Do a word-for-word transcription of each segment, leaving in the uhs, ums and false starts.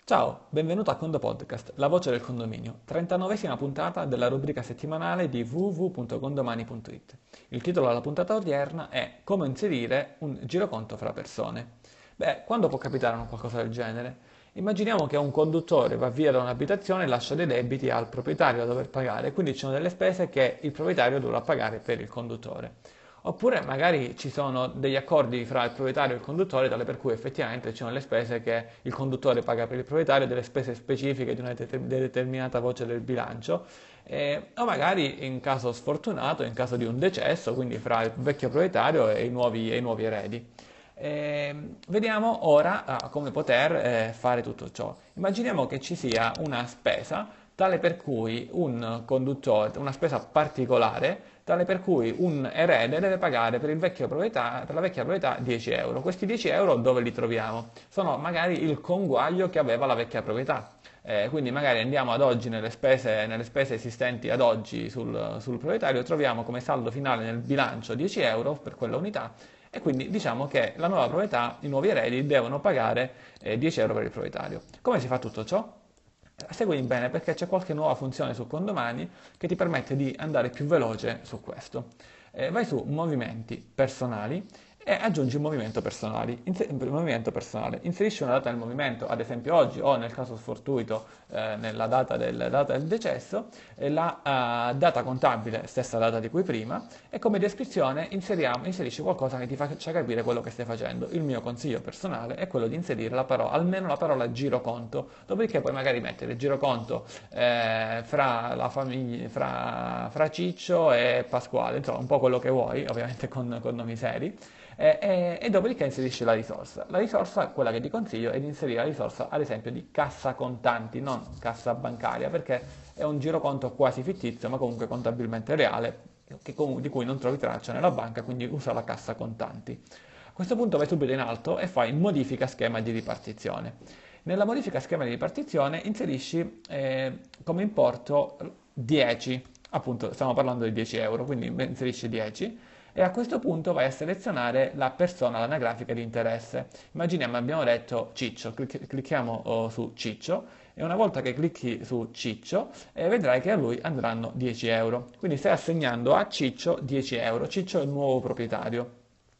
Ciao, benvenuto a Condo Podcast, la voce del condominio, trentanovesima puntata della rubrica settimanale di w w w punto condomani punto it. Il titolo della puntata odierna è Come inserire un giroconto fra persone. Beh, quando può capitare un qualcosa del genere? Immaginiamo che un conduttore va via da un'abitazione e lascia dei debiti al proprietario da dover pagare, quindi ci sono delle spese che il proprietario dovrà pagare per il conduttore. Oppure magari ci sono degli accordi fra il proprietario e il conduttore, tale per cui effettivamente ci sono le spese che il conduttore paga per il proprietario, delle spese specifiche di una deter- determinata voce del bilancio, eh, o magari in caso sfortunato, in caso di un decesso, quindi fra il vecchio proprietario e i nuovi, e i nuovi eredi. Eh, vediamo ora ah, come poter eh, fare tutto ciò. Immaginiamo che ci sia una spesa tale per cui un conduttore, una spesa particolare, tale per cui un erede deve pagare per, il vecchio proprietà, per la vecchia proprietà dieci euro. Questi dieci euro dove li troviamo? Sono magari il conguaglio che aveva la vecchia proprietà. Eh, quindi magari andiamo ad oggi nelle spese, nelle spese esistenti ad oggi sul, sul proprietario, troviamo come saldo finale nel bilancio dieci euro per quella unità e quindi diciamo che la nuova proprietà, i nuovi eredi devono pagare eh, dieci euro per il proprietario. Come si fa tutto ciò? Seguimi bene perché c'è qualche nuova funzione su Condomani che ti permette di andare più veloce su questo. Eh, vai su movimenti personali e aggiungi un movimento, personali, inser- un movimento personale. Inserisci una data nel movimento, ad esempio oggi o nel caso sfortuito eh, nella data del, data del decesso, e la eh, data contabile, stessa data di cui prima, e come descrizione inseriamo, inserisci qualcosa che ti faccia capire quello che stai facendo. Il mio consiglio personale è quello di inserire la parola, almeno la parola giroconto, dopodiché puoi magari mettere giroconto eh, fra, la famiglia, fra, fra Ciccio e Pasquale, insomma un po' quello che vuoi, ovviamente con, con nomi seri. E, e, e dopodiché inserisci la risorsa. La risorsa, quella che ti consiglio, è di inserire la risorsa ad esempio di cassa contanti, non cassa bancaria, perché è un giroconto quasi fittizio, ma comunque contabilmente reale, che comunque, di cui non trovi traccia nella banca, quindi usa la cassa contanti. A questo punto vai subito in alto e fai modifica schema di ripartizione. Nella modifica schema di ripartizione inserisci eh, come importo dieci, appunto stiamo parlando di dieci euro, quindi inserisci dieci e a questo punto vai a selezionare la persona, l'anagrafica di interesse. Immaginiamo, abbiamo detto Ciccio, clic- clicchiamo oh, su Ciccio e una volta che clicchi su Ciccio eh, vedrai che a lui andranno dieci euro. Quindi stai assegnando a Ciccio dieci euro, Ciccio è il nuovo proprietario.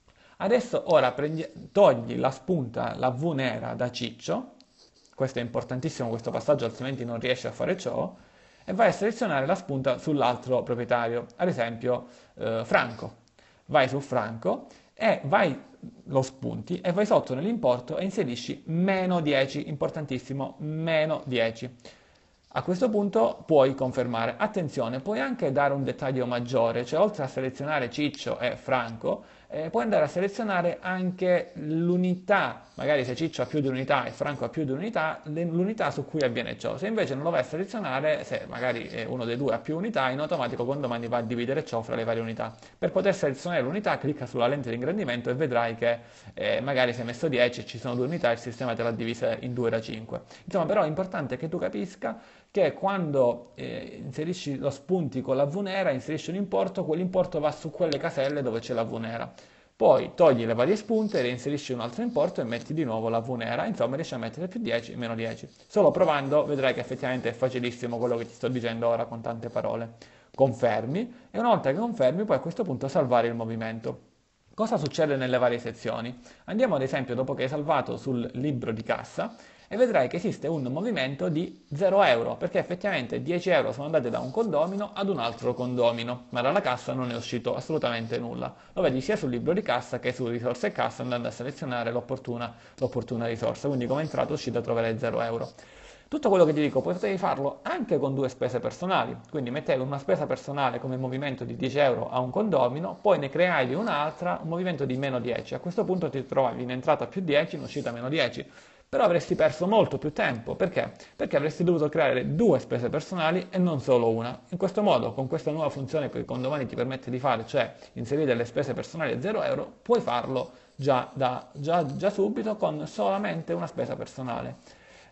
Adesso ora prendi- togli la spunta, la V nera da Ciccio, questo è importantissimo questo passaggio altrimenti non riesci a fare ciò, e vai a selezionare la spunta sull'altro proprietario, ad esempio eh, Franco. Vai su Franco e vai, lo spunti e vai sotto nell'importo e inserisci meno dieci, importantissimo, meno dieci. A questo punto puoi confermare. Attenzione, puoi anche dare un dettaglio maggiore, cioè oltre a selezionare Ciccio e Franco, eh, puoi andare a selezionare anche l'unità, magari se Ciccio ha più di un'unità e Franco ha più di un'unità, l'unità su cui avviene ciò. Se invece non lo vai a selezionare, se magari eh, uno dei due ha più unità, in automatico Condomani va a dividere ciò fra le varie unità. Per poter selezionare l'unità, clicca sulla lente di ingrandimento e vedrai che eh, magari se hai messo dieci e ci sono due unità, il sistema te l'ha divisa in due da cinque. Insomma, però è importante che tu capisca che quando eh, inserisci lo spunti con la V nera, inserisci un importo, quell'importo va su quelle caselle dove c'è la V nera. Poi togli le varie spunte, reinserisci un altro importo e metti di nuovo la V nera, insomma riesci a mettere più dieci, meno dieci. Solo provando vedrai che effettivamente è facilissimo quello che ti sto dicendo ora con tante parole. Confermi e una volta che confermi puoi a questo punto salvare il movimento. Cosa succede nelle varie sezioni? Andiamo ad esempio dopo che hai salvato sul libro di cassa e vedrai che esiste un movimento di zero euro, perché effettivamente dieci euro sono andati da un condomino ad un altro condomino, ma dalla cassa non è uscito assolutamente nulla. Lo vedi sia sul libro di cassa che su risorse e cassa andando a selezionare l'opportuna, l'opportuna risorsa, quindi come entrata e uscita troverai zero euro. Tutto quello che ti dico potevi farlo anche con due spese personali, quindi mettevi una spesa personale come movimento di dieci euro a un condomino, poi ne creavi un'altra, un movimento di meno dieci. A questo punto ti trovavi in entrata più dieci, in uscita meno dieci, però avresti perso molto più tempo. Perché? Perché avresti dovuto creare due spese personali e non solo una. In questo modo, con questa nuova funzione che il Condomani ti permette di fare, cioè inserire le spese personali a zero euro, puoi farlo già, da, già, già subito con solamente una spesa personale.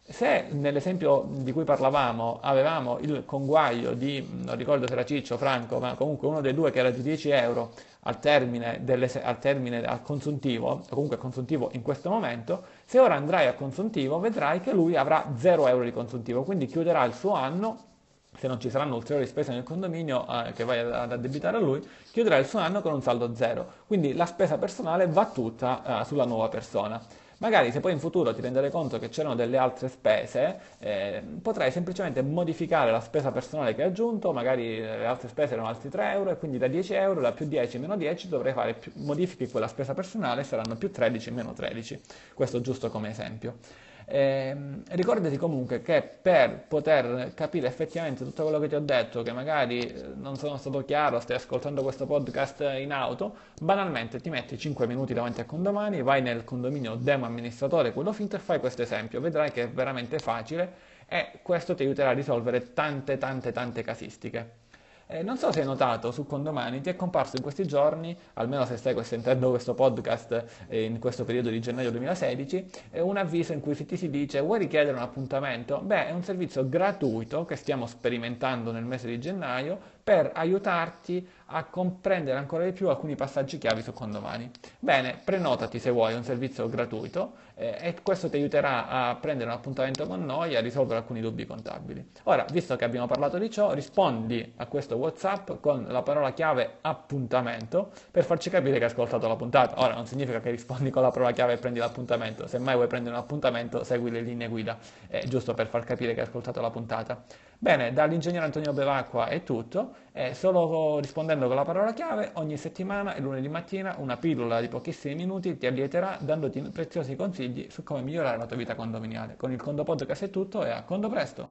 Se nell'esempio di cui parlavamo avevamo il conguaglio di, non ricordo se era Ciccio o Franco, ma comunque uno dei due che era di dieci euro al termine, delle, al termine al consuntivo, o comunque consuntivo in questo momento, se ora andrai a consuntivo vedrai che lui avrà zero euro di consuntivo, quindi chiuderà il suo anno, se non ci saranno ulteriori spese nel condominio eh, che vai ad addebitare a lui, chiuderà il suo anno con un saldo zero. Quindi la spesa personale va tutta eh, sulla nuova persona. Magari se poi in futuro ti renderai conto che c'erano delle altre spese, eh, potrai semplicemente modificare la spesa personale che hai aggiunto, magari le altre spese erano altri tre euro e quindi da dieci euro, da più dieci meno dieci dovrai fare più modifiche in quella spesa personale, saranno più tredici meno tredici. Questo giusto come esempio. Eh, ricordati comunque che per poter capire effettivamente tutto quello che ti ho detto, che magari eh, non sono stato chiaro, stai ascoltando questo podcast in auto, banalmente ti metti cinque minuti davanti a Condomani, vai nel condominio demo amministratore, quello finto, e fai questo esempio, vedrai che è veramente facile e questo ti aiuterà a risolvere tante tante tante casistiche. Eh, non so se hai notato, su Condomani ti è comparso in questi giorni, almeno se stai sentendo questo podcast eh, in questo periodo di gennaio duemilasedici, eh, un avviso in cui ti si dice: vuoi richiedere un appuntamento? Beh, è un servizio gratuito che stiamo sperimentando nel mese di gennaio per aiutarti a comprendere ancora di più alcuni passaggi chiavi su Condomani. Bene, prenotati se vuoi, è un servizio gratuito eh, e questo ti aiuterà a prendere un appuntamento con noi e a risolvere alcuni dubbi contabili. Ora, visto che abbiamo parlato di ciò, rispondi a questo WhatsApp con la parola chiave appuntamento per farci capire che hai ascoltato la puntata. Ora, non significa che rispondi con la parola chiave e prendi l'appuntamento, se mai vuoi prendere un appuntamento segui le linee guida, eh, giusto per far capire che hai ascoltato la puntata. Bene, dall'ingegnere Antonio Bevacqua è tutto, eh, solo rispondendo con la parola chiave ogni settimana e lunedì mattina una pillola di pochissimi minuti ti allieterà dandoti preziosi consigli su come migliorare la tua vita condominiale. Con il Condo Podcast è tutto e a Condo presto!